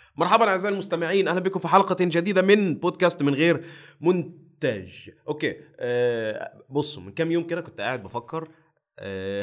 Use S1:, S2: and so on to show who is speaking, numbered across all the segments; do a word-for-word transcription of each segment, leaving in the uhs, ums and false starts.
S1: مرحبا أعزائي المستمعين، أهلا بكم في حلقة جديدة من بودكاست من غير منتج. أوكي أه بصوا، من كام يوم كده كنت قاعد بفكر أه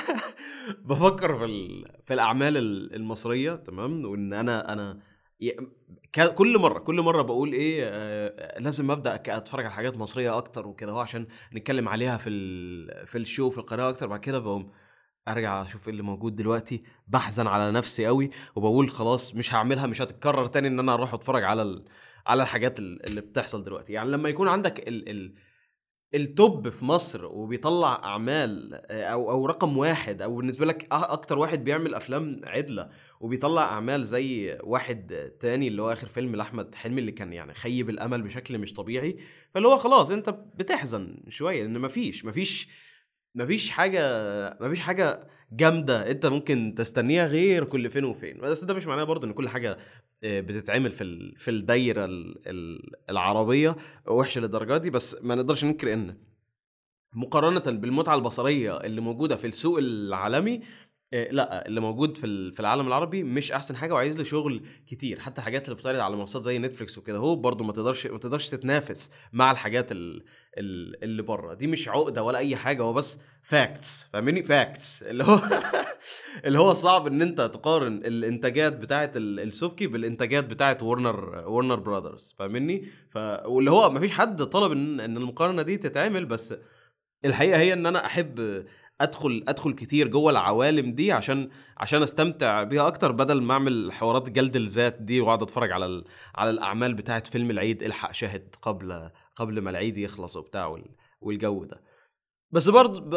S1: بفكر في ال... في الأعمال المصرية، تمام. وإن أنا أنا ي- ك- كل مرة كل مرة بقول إيه، أه لازم أبدأ أك- أتفرج على حاجات مصرية أكتر وكده، هو عشان نتكلم عليها في ال... في الشو في القناة أكتر. بعد كده بقوم ارجع اشوف ايه اللي موجود دلوقتي، بحزن على نفسي قوي وبقول خلاص مش هعملها، مش هتتكرر تاني ان انا اروح اتفرج على ال... على الحاجات ال- اللي بتحصل دلوقتي. يعني لما يكون عندك ال... ال... التوب في مصر وبيطلع اعمال، او او رقم واحد، او بالنسبه لك أ- اكتر واحد بيعمل افلام عدله وبيطلع اعمال زي واحد تاني اللي هو اخر فيلم لاحمد حلمي اللي كان يعني خيب الامل بشكل مش طبيعي، فاللي هو خلاص انت بتحزن شويه ان مفيش مفيش مفيش حاجه مفيش حاجه جامده انت ممكن تستنيها غير كل فين وفين. بس ده مش معناه برضه ان كل حاجه آه، بتتعمل في ال- في الدايره ال- ال- العربيه وحشه للدرجه دي. بس ما نقدرش ننكر ان مقارنة بالمتعة البصرية اللي موجودة في السوق العالمي، إيه لا، اللي موجود في ال- في العالم العربي مش احسن حاجه، وعايز له شغل كتير. حتى الحاجات اللي بتعرض على منصات زي نتفليكس وكده هو برضو ما تقدرش ما تقدرش تتنافس مع الحاجات ال- ال- اللي بره دي. مش عقده ولا اي حاجه، هو بس فاكتس، فاهمني؟ فاكتس اللي هو اللي هو صعب ان انت تقارن الانتاجات بتاعه ال- السبكي بالانتاجات بتاعه ورنر ورنر براذرز، فاهمني؟ ف واللي هو ما فيش حد طلب ان ان المقارنه دي تتعمل، بس الحقيقه هي ان انا احب ادخل ادخل كتير جوه العوالم دي عشان عشان استمتع بيها اكتر، بدل ما اعمل حوارات جلد الذات دي واقعد اتفرج على ال... على الاعمال بتاعه فيلم العيد، الحق شاهد قبل قبل ما العيد يخلص وبتاع وال... والجو ده. بس برضه ب...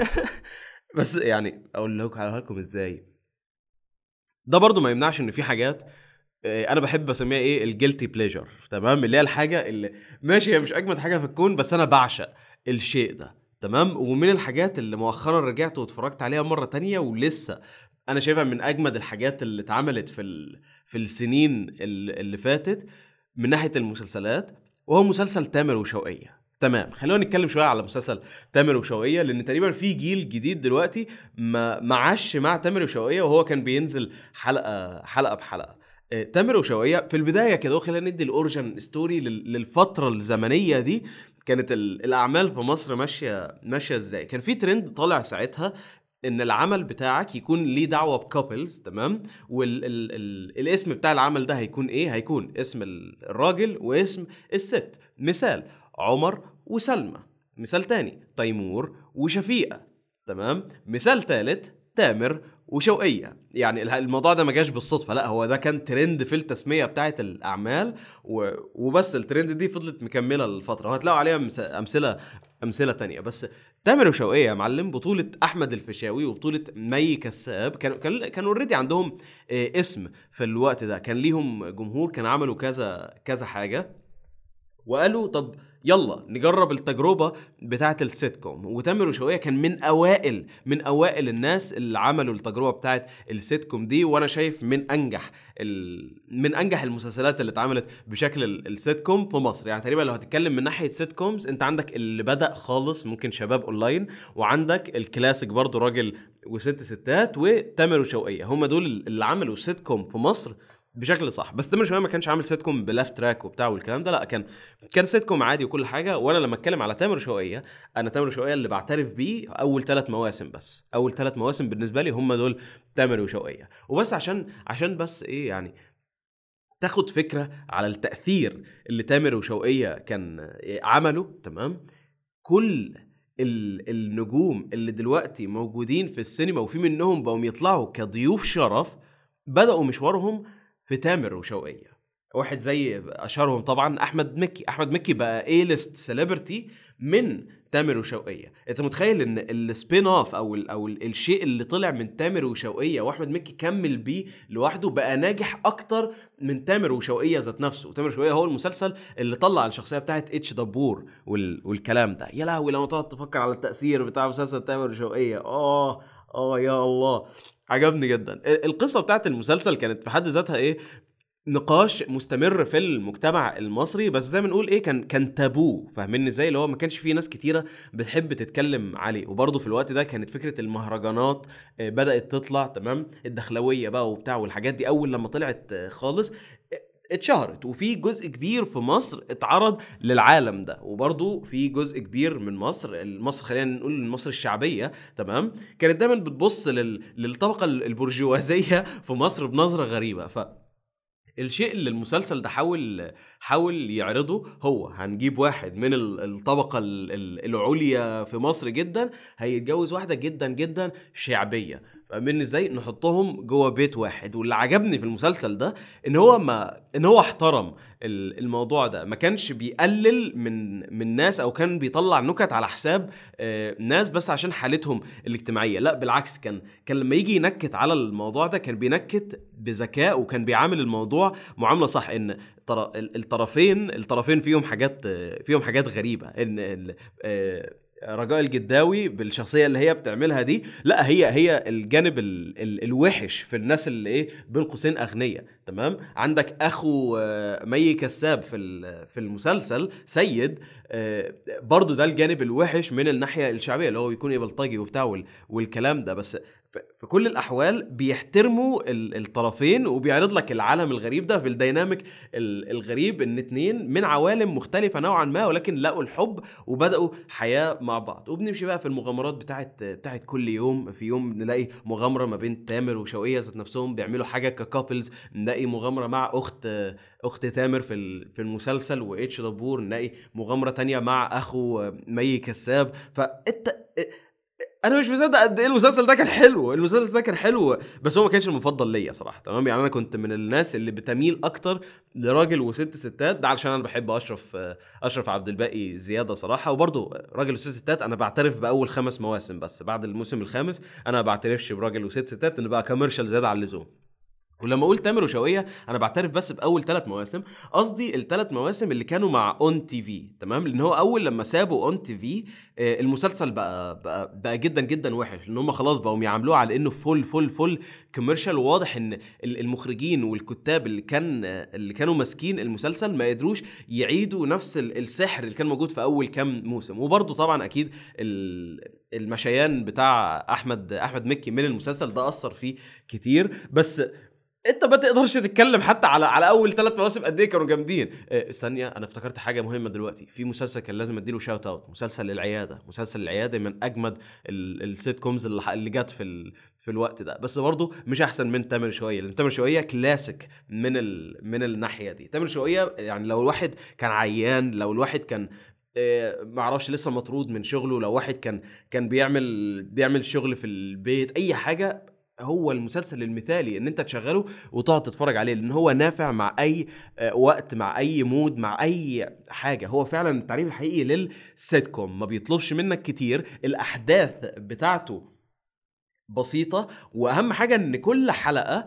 S1: بس يعني اقول لكم على لكم ازاي ده برضه ما يمنعش ان في حاجات آه، انا بحب اسميها ايه، الجيلتي بليجر، تمام؟ اللي هي الحاجه اللي ماشي هي مش اجمد حاجه في الكون، بس انا بعشق الشيء ده، تمام. ومن الحاجات اللي مؤخرا رجعت واتفرجت عليها مره تانية ولسه انا شايفها من اجمد الحاجات اللي اتعملت في ال... في السنين ال- اللي فاتت من ناحيه المسلسلات، وهو مسلسل تامر وشوقية. تمام، خلونا نتكلم شويه على مسلسل تامر وشوقية، لان تقريبا في جيل جديد دلوقتي ما ما عاش مع تامر وشوقية وهو كان بينزل حلقه حلقه بحلقه. آه، تامر وشوقية في البدايه كده، خلينا ندي الاوريجن ستوري لل- للفتره الزمنيه دي. كانت ال- الاعمال في مصر ماشيه ماشيه ازاي؟ كان في ترند طالع ساعتها ان العمل بتاعك يكون ليه دعوه بكابلز، تمام؟ والاسم بتاع العمل ده هيكون ايه؟ هيكون اسم ال- الراجل واسم الست. مثال عمر وسلمى، مثال تاني تيمور وشفيقة، تمام؟ مثال تالت تامر وشوقية. يعني الح- الموضوع ده ما جاش بالصدفة، لا هو ده كان ترند في التسمية بتاعت الأعمال و... وبس. الترند دي فضلت مكملة الفترة، وهتلاقوا عليها مس... أمثلة أمثلة تانية. بس تامر وشوقية يا معلم بطولة أحمد الفيشاوي وبطولة مي كساب، كانوا كان كانوا اوريدي عندهم آه، اسم في الوقت ده، كان ليهم جمهور، كان عملوا كذا كذا حاجة، وقالوا طب يلا نجرب التجربة بتاعة السيت كوم. وتامر وشوقية كان من أوائل من أوائل الناس اللي عملوا التجربة بتاعة السيت كوم دي، وأنا شايف من أنجح ال... من أنجح المسلسلات اللي اتعملت بشكل ال- السيت كوم في مصر. يعني تقريبا لو هتتكلم من ناحية سيت كومز، أنت عندك اللي بدأ خالص ممكن شباب أونلاين، وعندك الكلاسيك برضو راجل وست ستات، وتامر وشوقية. هم دول اللي عملوا سيت كوم في مصر بشكل صح. بس تامر شوقية ما كانش عامل سيت كوم بلاف تراك وبتاع والكلام ده، لا كان كان سيت كوم عادي وكل حاجه. وانا لما اتكلم على تامر شوقية، انا تامر شوقية اللي بعترف بيه اول ثلاث مواسم بس، اول ثلاث مواسم بالنسبه لي هم دول تامر وشوقية وبس. عشان عشان بس ايه يعني، تاخد فكره على التاثير اللي تامر وشوقية كان عمله، تمام. كل ال- النجوم اللي دلوقتي موجودين في السينما وفي منهم بقوا يطلعوا كضيوف شرف، بدأوا مشوارهم في تامر وشوقية. واحد زي اشهرهم طبعا احمد مكي. احمد مكي بقى اي ليست سيلبرتي من تامر وشوقية. انت متخيل ان السبين اوف او ال او ال الشيء اللي طلع من تامر وشوقية واحمد مكي كمل بيه لوحده بقى ناجح اكتر من تامر وشوقية ذات نفسه. تامر وشوقية هو المسلسل اللي طلع الشخصيه بتاعت اتش دبور وال والكلام ده. يا لهوي لما تقعد تفكر على التاثير بتاع مسلسل تامر وشوقية، اه اه يا الله، عجبني جدا. القصه بتاعت المسلسل كانت في حد ذاتها ايه، نقاش مستمر في المجتمع المصري، بس زي ما نقول ايه كان كان تابو، فاهمين ازاي؟ اللي هو ما كانش فيه ناس كتيره بتحب تتكلم عليه. وبرضه في الوقت ده كانت فكره المهرجانات آه، بدات تطلع، تمام، الدخلويه بقى وبتاع والحاجات دي اول لما طلعت آه، خالص آه، اتشهرت، وفي جزء كبير في مصر اتعرض للعالم ده. وبرضه في جزء كبير من مصر، مصر خلينا نقول مصر الشعبيه، تمام، كانت دايما بتبص لل... للطبقه البرجوازيه في مصر بنظره غريبه. ف الشيء اللي المسلسل ده حاول حاول يعرضه هو هنجيب واحد من ال- الطبقة ال- ال- العليا في مصر جدا، هيتجوز واحدة جدا جدا شعبية، فاهمين ازاي؟ نحطهم جوه بيت واحد. واللي عجبني في المسلسل ده ان هو ما ان هو احترم ال- الموضوع ده، ما كانش بيقلل من من ناس او كان بيطلع نكت على حساب آه، ناس بس عشان حالتهم الاجتماعية. لا بالعكس، كان كان لما يجي ينكت على الموضوع ده كان بينكت بذكاء، وكان بيعامل الموضوع معامله صح. ان طر- الطرفين الطرفين فيهم حاجات فيهم حاجات غريبه. ان ال- آه، رجاء الجداوي بالشخصيه اللي هي بتعملها دي، لا هي هي الجانب ال ال الوحش في الناس اللي ايه بين قوسين اغنياء، تمام. عندك اخو آه، مي كساب في ال- في المسلسل سيد، آه، برضو ده الجانب الوحش من الناحيه الشعبيه، اللي هو يكون ايه بلطجي وبتاع وال- والكلام ده. بس ف- في كل الاحوال بيحترموا ال- الطرفين، وبيعرض لك العالم الغريب ده في الديناميك ال- الغريب، ان اتنين من عوالم مختلفه نوعا ما ولكن لقوا الحب وبداوا حياه مع بعض. وبنمشي بقى في المغامرات بتاعت بتاعت كل يوم. في يوم نلاقي مغامره ما بين تامر وشوقية ذات نفسهم بيعملوا حاجه ككابلز، نلاقي مغامره مع اخت اخت تامر في ال- في المسلسل واتش دبور، نلاقي مغامره تانية مع اخو مي كساب. فانت انا مش مصدق قد ايه المسلسل ده كان حلو. المسلسل ده كان حلو، بس هو ما كانش المفضل ليا صراحه، تمام. يعني انا كنت من الناس اللي بتميل اكتر لراجل وست ستات، ده علشان انا بحب اشرف اشرف عبد الباقي زياده صراحه. وبرضه راجل وست ستات انا بعترف باول خمس مواسم، بس بعد الموسم الخامس انا ما بعترفش براجل وست ستات، ان بقى كوميرشال زياده عن اللزوم. ولما اقول تامر وشوقية انا بعترف بس باول ثلاث مواسم، قصدي الثلاث مواسم اللي كانوا مع اون تي في، تمام. لان هو اول لما سابوا اون تي في آه، المسلسل بقى بقى, بقى جدا جدا وحش، لان هم خلاص بقوا يعاملوه على انه فول فول فول كوميرشال. وواضح ان ال- المخرجين والكتاب اللي كان آه، اللي كانوا ماسكين المسلسل ما قدروش يعيدوا نفس ال- السحر اللي كان موجود في اول كام موسم. وبرضه طبعا اكيد ال- المشيان بتاع احمد احمد مكي من المسلسل ده اثر فيه كتير. بس انت ما تقدرش تتكلم حتى على على اول ثلاث مواسم قد ايه كانوا جامدين. اه ثانيه، انا افتكرت حاجه مهمه دلوقتي. في مسلسل كان لازم اديله شاوت اوت، مسلسل العياده. مسلسل العياده من اجمد ال- السيت كومز اللي, ح- اللي جت في ال في الوقت ده، بس برضه مش احسن من تامر شويه، لان تامر شويه كلاسيك من ال من الناحيه دي. تامر شويه يعني لو الواحد كان عيان، لو الواحد كان آه، ما اعرفش لسه مطرود من شغله، لو واحد كان كان بيعمل بيعمل شغل في البيت اي حاجه، هو المسلسل المثالي ان انت تشغله وتقعد تتفرج عليه، لان هو نافع مع اي آه، وقت، مع اي مود، مع اي حاجه. هو فعلا التعريف الحقيقي للسيت كوم، ما بيطلبش منك كتير، الاحداث بتاعته بسيطه، واهم حاجه ان كل حلقه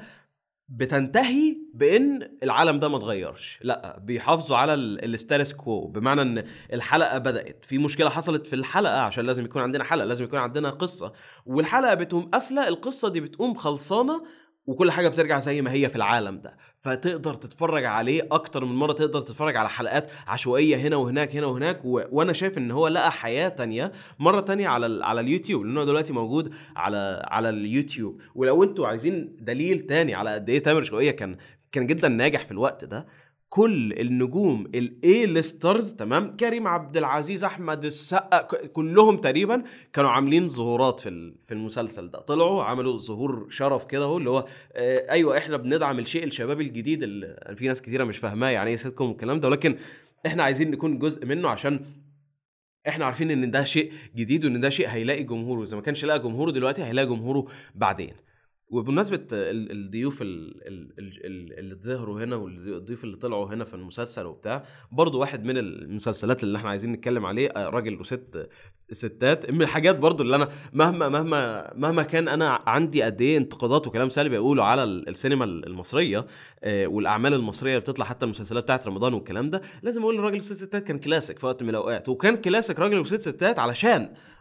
S1: بتنتهي بان العالم ده ما اتغيرش، لا بيحافظوا على الستاتس كوو. بمعنى ان الحلقه بدات في مشكله حصلت في الحلقه، عشان لازم يكون عندنا حلقه، لازم يكون عندنا قصه، والحلقه بتقوم قافله، القصه دي بتقوم خلصانه، وكل حاجه بترجع زي ما هي في العالم ده. فتقدر تتفرج عليه اكتر من مره، تقدر تتفرج على حلقات عشوائيه هنا وهناك هنا وهناك و... وانا شايف ان هو لقى حياه تانية مره تانية على ال... على اليوتيوب، لانه دلوقتي موجود على على اليوتيوب. ولو انتوا عايزين دليل تاني على قد ايه تامر شوقية كان كان جدا ناجح في الوقت ده، كل النجوم الاي ليسترز، تمام، كريم عبد العزيز، احمد السقا، ك- كلهم تقريبا كانوا عاملين ظهورات في ال- في المسلسل ده. طلعوا عملوا ظهور شرف كده، هو اللي هو آه ايوه احنا بندعم الشيء الشباب الجديد اللي في ناس كتيره مش فاهماه يعني ايه سيتكم والكلام ده، ولكن احنا عايزين نكون جزء منه، عشان احنا عارفين ان ده شيء جديد وان ده شيء هيلاقي جمهوره. اذا ما كانش لاقي جمهوره دلوقتي هيلاقي جمهوره بعدين. وبمناسبة ال- الضيوف ال- ال- ال- اللي اتظهروا هنا والضيوف اللي طلعوا هنا في المسلسل وبتاع، برضو واحد من المسلسلات اللي احنا عايزين نتكلم عليه آه، راجل وست ستات. من الحاجات برضو اللي انا مهما مهما مهما كان انا عندي قد ايه انتقادات وكلام سلبي اقوله على ال- السينما المصرية آه، والاعمال المصرية اللي بتطلع، حتى المسلسلات بتاعت رمضان والكلام ده، لازم اقول ان راجل وست ستات كان كلاسيك في وقت من الاوقات. وكان كلاسيك راجل وست ستات علشان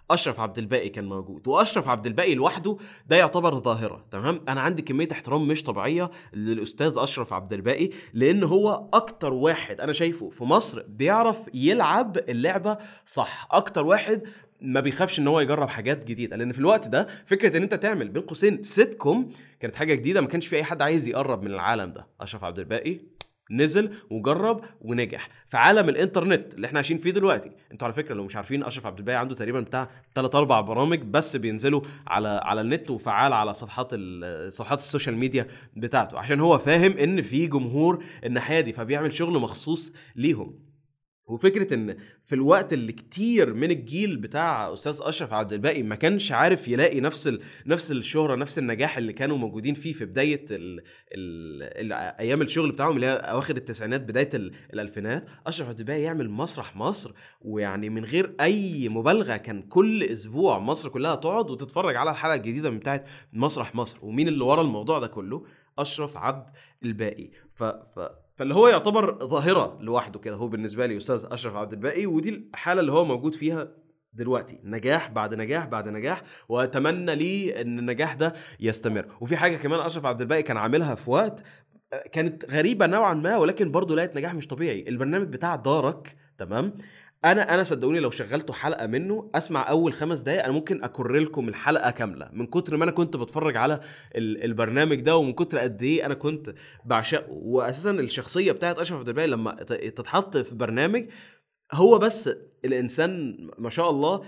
S1: اشرف عبد الباقي كان موجود، واشرف عبد الباقي لوحده ده يعتبر ظاهره. تمام، انا عندي كميه احترام مش طبيعيه للاستاذ اشرف عبد الباقي، لان هو اكتر واحد انا شايفه في مصر بيعرف يلعب اللعبه صح، اكتر واحد ما بيخافش ان هو يجرب حاجات جديده. لان في الوقت ده فكره ان انت تعمل بين قوسين سيت كوم كانت حاجه جديده، ما كانش في اي حد عايز يقرب من العالم ده. اشرف عبد الباقي نزل وجرب ونجح في عالم الانترنت اللي احنا عايشين فيه دلوقتي. انتوا على فكره لو مش عارفين، اشرف عبد الباقي عنده تقريبا بتاع ثلاثة أربعة برامج بس بينزلوا على على النت وفعال على صفحات صفحات السوشيال ميديا بتاعته، عشان هو فاهم ان في جمهور الناحيه دي، فبيعمل شغل مخصوص ليهم. وفكره ان في الوقت اللي كتير من الجيل بتاع استاذ اشرف عبد الباقي ما كانش عارف يلاقي نفس ال... نفس الشهره نفس النجاح اللي كانوا موجودين فيه في بدايه ال... ال... ال... ايام الشغل بتاعهم اللي هي اواخر التسعينات بدايه ال... الالفينات، اشرف عبد الباقي يعمل مسرح مصر، ويعني من غير اي مبالغه كان كل اسبوع مصر كلها تقعد وتتفرج على الحلقه الجديده من بتاعه مسرح مصر. ومين اللي ورا الموضوع ده كله؟ اشرف عبد الباقي. ف... ف... فاللي هو يعتبر ظاهرة لوحده كده هو بالنسبة لي أستاذ أشرف عبد الباقي، ودي الحالة اللي هو موجود فيها دلوقتي، نجاح بعد نجاح بعد نجاح، وأتمنى لي أن النجاح ده يستمر. وفي حاجة كمان أشرف عبد الباقي كان عاملها في وقت كانت غريبة نوعا ما، ولكن برضو لقيت نجاح مش طبيعي، البرنامج بتاع دارك. تمام، انا انا صدقوني لو شغلته حلقه منه اسمع اول خمس دقايق انا ممكن اكرر لكم الحلقه كامله من كتر ما انا كنت بتفرج على البرنامج ده، ومن كتر قد ايه انا كنت بعشقه. واساسا الشخصيه بتاعت اشرف عبد الباقي لما تتحط في برنامج، هو بس الانسان ما شاء الله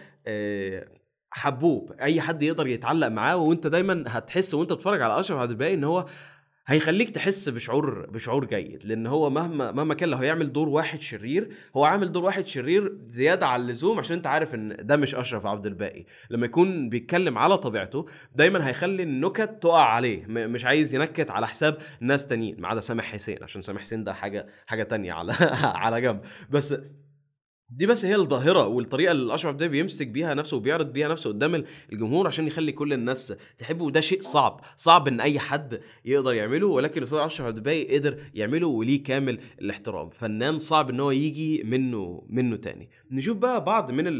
S1: حبوب، اي حد يقدر يتعلق معاه، وانت دايما هتحس وانت بتتفرج على اشرف عبد الباقي ان هو هيخليك تحس بشعور بشعور جيد. لان هو مهما مهما كان لو هيعمل دور واحد شرير، هو عامل دور واحد شرير زياده على اللزوم، عشان انت عارف ان ده مش اشرف عبد الباقي. لما يكون بيتكلم على طبيعته دايما هيخلي النكت تقع عليه، مش عايز ينكت على حساب ناس تانيين ما عدا سامح حسين، عشان سامح حسين ده حاجه حاجه تانية على على جنب. بس دي بس هي الظاهرة والطريقة اللي أشرف ده بيمسك بيها نفسه وبيعرض بيها نفسه قدام الجمهور عشان يخلي كل الناس تحبه. وده شيء صعب صعب إن أي حد يقدر يعمله، ولكن أستاذ أشرف عبد الباقي قدر يعمله وليه كامل الاحترام. فنان صعب إن هو يجي منه منه تاني. نشوف بقى بعض من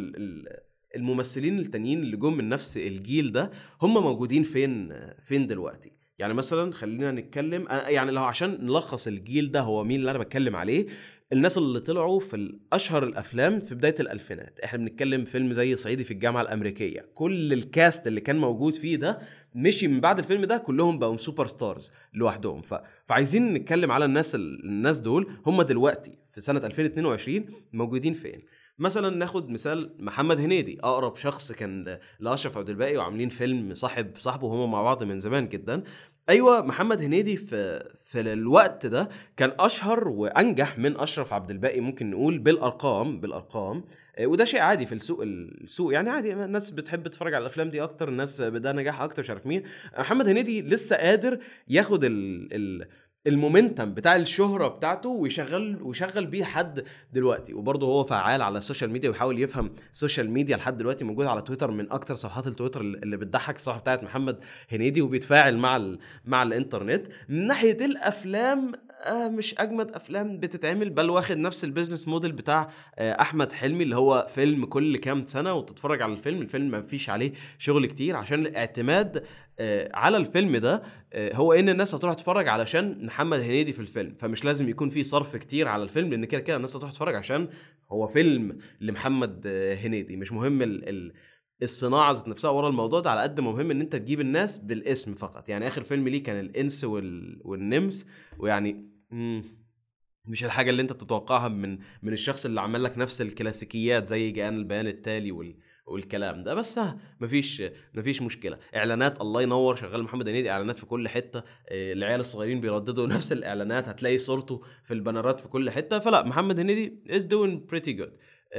S1: الممثلين التانيين اللي جم من نفس الجيل ده هم موجودين فين فين دلوقتي. يعني مثلا خلينا نتكلم يعني لو عشان نلخص الجيل ده هو مين اللي أنا بتكلم عليه، الناس اللي طلعوا في الاشهر الافلام في بدايه الالفينات. احنا بنتكلم فيلم زي صعيدي في الجامعه الامريكيه، كل الكاست اللي كان موجود فيه ده مشي من بعد الفيلم ده كلهم بقوا سوبر ستارز لوحدهم. ف... فعايزين نتكلم على الناس ال... الناس دول هم دلوقتي في سنه ألفين واثنين وعشرين موجودين فين. مثلا ناخد مثال محمد هنيدي، اقرب شخص كان لاشرف عبد الباقي، وعاملين فيلم صاحب صاحبه وهم مع بعض من زمان جدا. ايوه محمد هنيدي في في الوقت ده كان اشهر وانجح من اشرف عبد الباقي، ممكن نقول بالارقام بالارقام وده شيء عادي في السوق السوق يعني عادي، الناس بتحب تتفرج على الافلام دي اكتر، الناس بدها نجاح اكتر، مش عارف مين. محمد هنيدي لسه قادر ياخد ال ال المومنتم بتاع الشهرة بتاعته ويشغل ويشغل بيه حد دلوقتي. وبرضه هو فعال على السوشيال ميديا ويحاول يفهم السوشيال ميديا لحد دلوقتي، موجود على تويتر من اكتر صفحات التويتر اللي بتضحك الصفحه بتاعت محمد هنيدي، وبيتفاعل مع ال... مع الانترنت. من ناحيه الافلام آه مش اجمد افلام بتتعمل، بل واخد نفس البيزنس موديل بتاع آه احمد حلمي اللي هو فيلم كل كام سنه وتتفرج على الفيلم. الفيلم ما فيش عليه شغل كتير عشان الاعتماد آه على الفيلم ده آه هو ان الناس هتروح تتفرج علشان محمد هنيدي في الفيلم، فمش لازم يكون فيه صرف كتير على الفيلم، لان كده كده الناس هتروح تتفرج عشان هو فيلم لمحمد آه هنيدي. مش مهم ال ال الصناعه ذات نفسها ورا الموضوع ده، على قد ما مهم ان انت تجيب الناس بالاسم فقط. يعني اخر فيلم ليه كان الانس وال... والنمس، ويعني مم. مش الحاجه اللي انت تتوقعها من من الشخص اللي عمل لك نفس الكلاسيكيات زي جاءنا البيان التالي وال والكلام ده. بس ها مفيش مفيش مشكله. اعلانات الله ينور شغال محمد هنيدي، اعلانات في كل حته، العيال الصغيرين بيرددوا نفس الاعلانات، هتلاقي صورته في البانرات في كل حته. فلا محمد هنيدي is doing pretty good.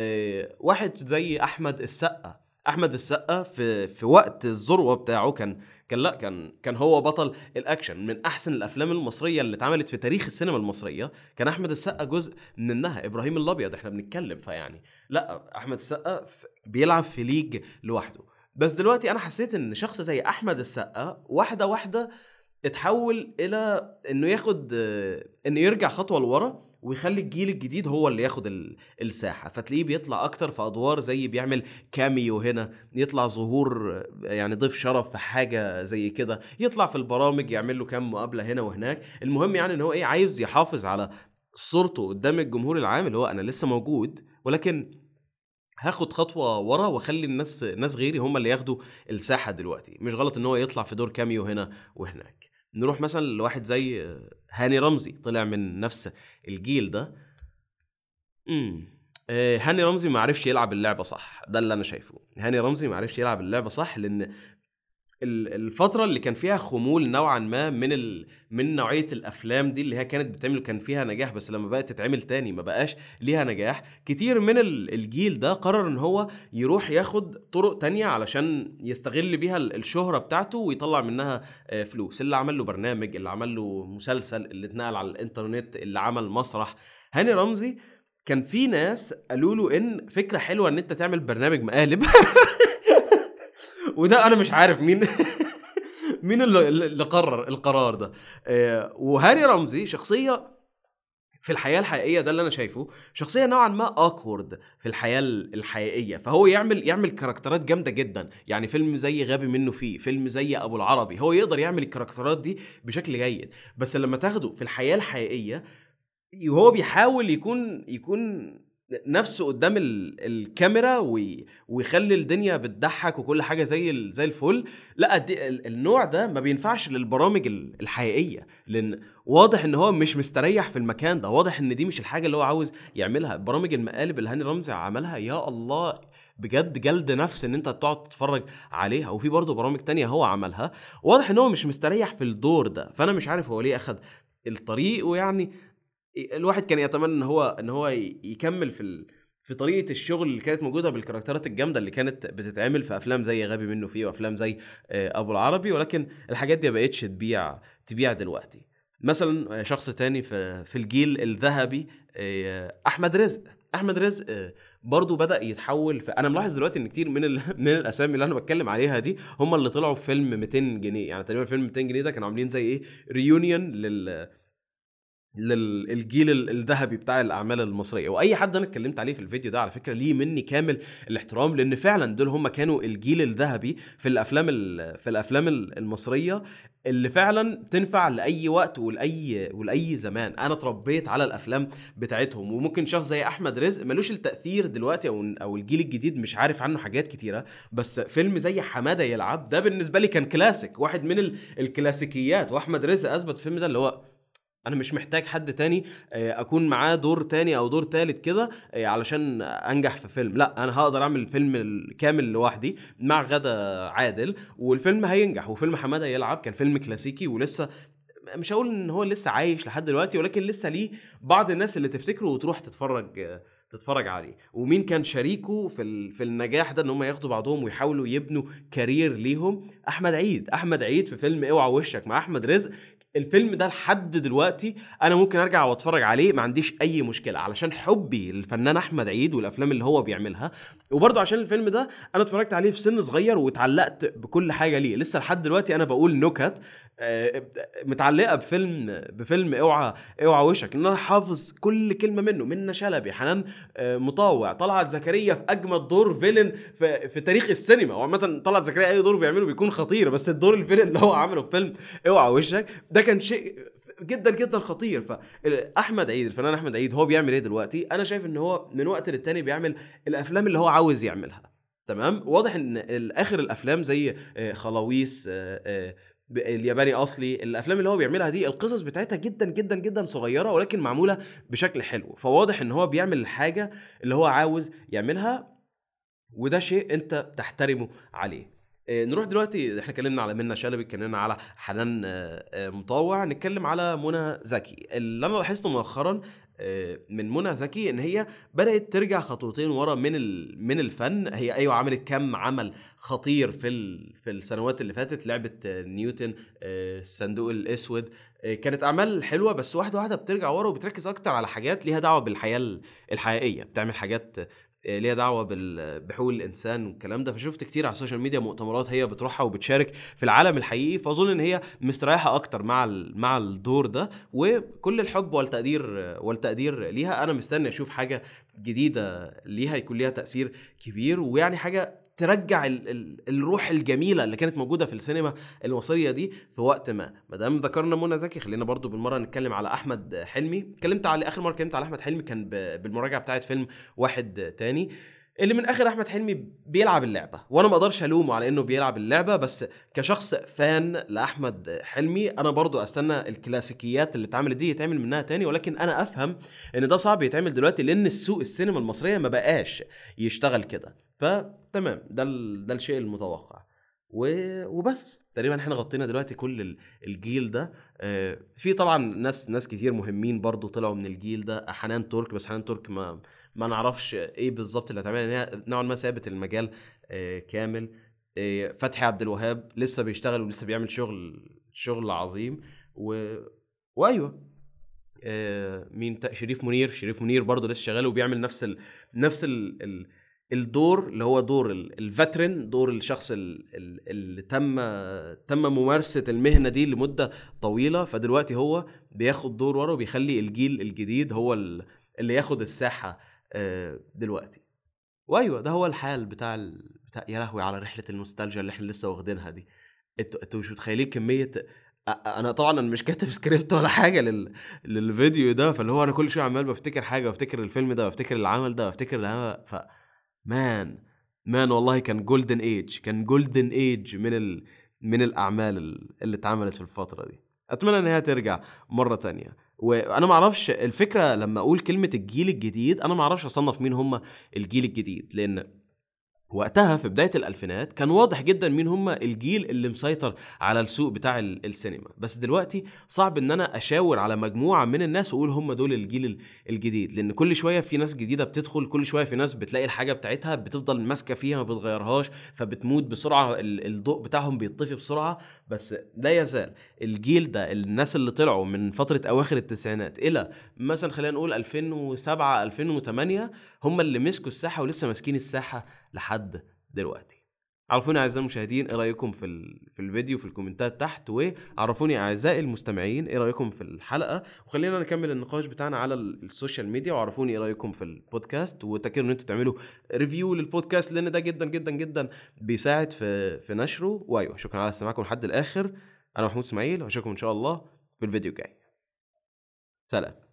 S1: واحد زي احمد السقا، احمد السقا في في وقت الذروه بتاعه كان كان لا كان كان هو بطل الاكشن من احسن الافلام المصريه اللي اتعملت في تاريخ السينما المصريه. كان احمد السقا جزء منها، ابراهيم الابيض احنا بنتكلم. فيعني لا احمد السقا بيلعب في ليج لوحده. بس دلوقتي انا حسيت ان شخص زي احمد السقا واحده واحده اتحول الى انه ياخد انه يرجع خطوه لورا ويخلي الجيل الجديد هو اللي ياخد ال- الساحه. فتلاقيه بيطلع اكتر في ادوار زي بيعمل كاميو هنا، يطلع ظهور آه، يعني ضيف شرف في حاجه زي كده، يطلع في البرامج يعمل له كام مقابله هنا وهناك. المهم يعني ان هو ايه، عايز يحافظ على صورته قدام الجمهور العام، اللي هو انا لسه موجود ولكن هاخد خطوه ورا واخلي الناس ناس غيري هم اللي ياخدوا الساحه دلوقتي. مش غلط ان هو يطلع في دور كاميو هنا وهناك. نروح مثلا لواحد زي آه، هاني رمزي، طلع من نفس الجيل ده. امم آه، هاني رمزي ما عرفش يلعب اللعبه صح، ده اللي انا شايفه. هاني رمزي ما عرفش يلعب اللعبه صح، لان ال- الفترة اللي كان فيها خمول نوعا ما من ال... من نوعية الأفلام دي اللي هي كانت بتعمل كان فيها نجاح، بس لما بقت تتعمل تاني ما بقاش ليها نجاح. كتير من ال- الجيل ده قرر ان هو يروح ياخد طرق تانية علشان يستغل بيها ال- الشهرة بتاعته ويطلع منها آه، فلوس. اللي عمل له برنامج، اللي عمل له مسلسل، اللي اتنقل على الانترنت، اللي عمل مسرح. هاني رمزي كان في ناس قالوا له ان فكرة حلوة ان انت تعمل برنامج مقالب. وده انا مش عارف مين مين اللي, اللي قرر القرار ده. آه، وهاري رمزي شخصيه في الحياه الحقيقيه، ده اللي انا شايفه، شخصيه نوعا ما اوكورد في الحياه الحقيقيه. فهو يعمل يعمل كاركترات جامده جدا. يعني فيلم زي غبي منه فيه، فيلم زي ابو العربي، هو يقدر يعمل الكاركترات دي بشكل جيد. بس لما تاخده في الحياه الحقيقيه وهو بيحاول يكون يكون نفسه قدام ال- الكاميرا وي- ويخلي الدنيا بتضحك وكل حاجه زي ال- زي الفل، لا دي ال- النوع ده ما بينفعش للبرامج ال- الحقيقيه، لان واضح ان هو مش مستريح في المكان ده. واضح ان دي مش الحاجه اللي هو عاوز يعملها. برامج المقالب اللي هاني رمزي عملها، يا الله، بجد جلد نفس ان انت تقعد تتفرج عليها. وفي برضه برامج تانية هو عملها، واضح ان هو مش مستريح في الدور ده. فانا مش عارف هو ليه اخد الطريق. ويعني الواحد كان يتمنى ان هو ان هو ي- يكمل في ال... في طريقه الشغل اللي كانت موجوده بالكاركترات الجامده اللي كانت بتتعمل في افلام زي غبي منه فيه وافلام زي آه، ابو العربي. ولكن الحاجات دي ما بقتش تبيع تبيع دلوقتي. مثلا آه، شخص تاني في في الجيل الذهبي، آه، احمد رزق. احمد رزق آه، برضه بدا يتحول. في انا ملاحظ دلوقتي ان كتير من ال... من الاسامي اللي انا بتكلم عليها دي هم اللي طلعوا في فيلم مئتين جنيه. يعني تقريبا فيلم مئتين جنيه ده كانوا عاملين زي ايه، ريونيون لل للجيل ال- الذهبي بتاع الاعمال المصريه. واي حد انا اتكلمت عليه في الفيديو ده على فكره ليه مني كامل الاحترام، لان فعلا دول هم كانوا الجيل الذهبي في الافلام ال- في الافلام ال- المصريه اللي فعلا تنفع لاي وقت ولاي ولاي زمان. انا اتربيت على الافلام بتاعتهم. وممكن شخص زي احمد رزق ملوش التاثير دلوقتي، او او الجيل الجديد مش عارف عنه حاجات كتيره، بس فيلم زي حماده يلعب ده بالنسبه لي كان كلاسيك، واحد من ال- الكلاسيكيات. واحمد رزق اثبت في الفيلم ده اللي هو انا مش محتاج حد تاني آه، اكون معاه دور تاني او دور تالت كده آه، علشان انجح في فيلم. لا، انا هقدر اعمل فيلم كامل لوحدي مع غدا عادل والفيلم هينجح. وفيلم حماده يلعب كان فيلم كلاسيكي، ولسه مش هقول ان هو لسه عايش لحد دلوقتي، ولكن لسه ليه بعض الناس اللي تفتكره وتروح تتفرج آه، تتفرج عليه. ومين كان شريكه في ال- في النجاح ده ان هم ياخدوا بعضهم ويحاولوا يبنوا كارير ليهم؟ احمد عيد. احمد عيد في فيلم اوعى وشك مع احمد رزق. الفيلم ده لحد دلوقتي انا ممكن ارجع واتفرج عليه، ما عنديش اي مشكله، علشان حبي للفنان احمد عيد والافلام اللي هو بيعملها. وبرضه عشان الفيلم ده انا اتفرجت عليه في سن صغير واتعلقت بكل حاجه ليه. لسه لحد دلوقتي انا بقول نكت آه، متعلقه بفيلم بفيلم اوعى اوعى وشك، لان انا حافظ كل كلمه منه. منة شلبي، حنان آه، مطاوع، طلعت زكريا في اجمد دور فيلن في, في تاريخ السينما. وعامه طلعت زكريا اي دور بيعمله بيكون خطير، بس الدور الفيلن اللي هو عمله في فيلم اوعى وشك ده كان شيء جدا جدا خطير. فاحمد عيد، الفنان احمد عيد، هو بيعمل ايه دلوقتي؟ انا شايف ان هو من وقت للتاني بيعمل الافلام اللي هو عاوز يعملها. تمام. واضح ان اخر الافلام زي آه، خلاويص، آه، آه، ب- الياباني اصلي، الافلام اللي هو بيعملها دي القصص بتاعتها جدا جدا جدا صغيره ولكن معموله بشكل حلو. فواضح ان هو بيعمل الحاجه اللي هو عاوز يعملها، وده شيء انت تحترمه عليه. آه، نروح دلوقتي، احنا اتكلمنا على منى شلبي، اتكلمنا على حنان آه، آه، مطوع، نتكلم على منى زكي. اللي انا لاحظته مؤخرا آه، من منى زكي ان هي بدات ترجع خطوتين ورا من ال- من الفن. هي ايوه عملت كم عمل خطير في ال- في السنوات اللي فاتت، لعبه آه، نيوتن، آه، الصندوق الاسود، آه، كانت اعمال حلوه، بس واحده واحده بترجع ورا وبتركز اكتر على حاجات ليها دعوه بالحياه ال- الحقيقيه. بتعمل حاجات آه، ليها دعوه بحقوق الانسان والكلام ده. فشفت كتير على السوشيال ميديا مؤتمرات هي بتروحها وبتشارك في العالم الحقيقي، فاظن ان هي مستريحه اكتر مع مع الدور ده. وكل الحب والتقدير والتقدير ليها. انا مستني اشوف حاجه جديده ليها يكون ليها تاثير كبير، ويعني حاجه ترجع ال ال الروح الجميله اللي كانت موجوده في السينما المصريه دي في وقت ما. ما دام ذكرنا منى زكي، خلينا برضو بالمره نتكلم على احمد حلمي. اتكلمت على اخر مره اتكلمت على احمد حلمي كان بالمراجعه بتاعه فيلم واحد تاني، اللي من اخر احمد حلمي بيلعب اللعبه، وانا ما اقدرش الومه على انه بيلعب اللعبه، بس كشخص فان لاحمد حلمي انا برضو استنى الكلاسيكيات اللي اتعملت دي يتعمل منها تاني. ولكن انا افهم ان ده صعب يتعمل دلوقتي لان السوق السينما المصريه ما بقاش يشتغل كده. فتمام، ده ده الشيء المتوقع. وبس تقريبا احنا غطينا دلوقتي كل الجيل ده. في طبعا ناس ناس كتير مهمين برضو طلعوا من الجيل ده. حنان ترك، بس حنان ترك ما ما نعرفش ايه بالظبط اللي هتعملها، لان نوعا ما سابت المجال كامل. فتحي عبد الوهاب لسه بيشتغل ولسه بيعمل شغل شغل عظيم. و... وايوه مين شريف منير شريف منير برضو لسه شغال وبيعمل نفس ال... نفس ال... ال... الدور اللي هو دور الفترن، دور الشخص اللي تم تم ممارسة المهنة دي لمدة طويلة. فدلوقتي هو بياخد دور ورا وبيخلي الجيل الجديد هو اللي ياخد الساحة دلوقتي. وايوه ده هو الحال بتاع ال... بتاع يا لهوي على رحلة النوستالجيا اللي احنا لسه واخدينها دي. انتوا انتوا مش متخيلين كمية. انا طبعا مش كاتب سكريبت ولا حاجه لل... للفيديو ده، فاللي هو انا كل شويه عمال بفتكر حاجه، وافتكر الفيلم ده، وافتكر العمل ده، وافتكر العمل ف مان مان والله كان جولدن ايج كان جولدن ايج من ال... من الاعمال اللي اتعملت في الفتره دي. اتمنى ان هي ترجع مره تانية. وانا ما اعرفش الفكره لما اقول كلمه الجيل الجديد، انا ما اعرفش اصنف مين هم الجيل الجديد، لان وقتها في بداية الألفينات كان واضح جدا مين هم الجيل اللي مسيطر على السوق بتاع السينما. بس دلوقتي صعب ان انا اشاور على مجموعة من الناس واقول هم دول الجيل الجديد، لان كل شوية في ناس جديدة بتدخل، كل شوية في ناس بتلاقي الحاجة بتاعتها بتفضل ماسكة فيها ما بتغيرهاش، فبتموت بسرعة، الضوء بتاعهم بيطفي بسرعة. بس لا يزال الجيل ده، الناس اللي طلعوا من فترة اواخر التسعينات الى مثلا خلينا نقول ألفين وسبعة ألفين وثمانية، هم اللي مسكوا الساحة ولسه ماسكين الساحة لحد دلوقتي. عرفوني اعزائي المشاهدين ايه رايكم في ال... في الفيديو في الكومنتات تحت، وعرفوني اعزائي المستمعين ايه رايكم في الحلقه، وخلينا نكمل النقاش بتاعنا على السوشيال ميديا. وعرفوني ايه رايكم في البودكاست، وتاكدوا ان انتوا تعملوا ريفيو للبودكاست لان ده جدا جدا جدا بيساعد في في نشره. وايوه شكرا على استماعكم لحد الاخر. انا محمود اسماعيل واشوفكم ان شاء الله في الفيديو الجاي. سلام.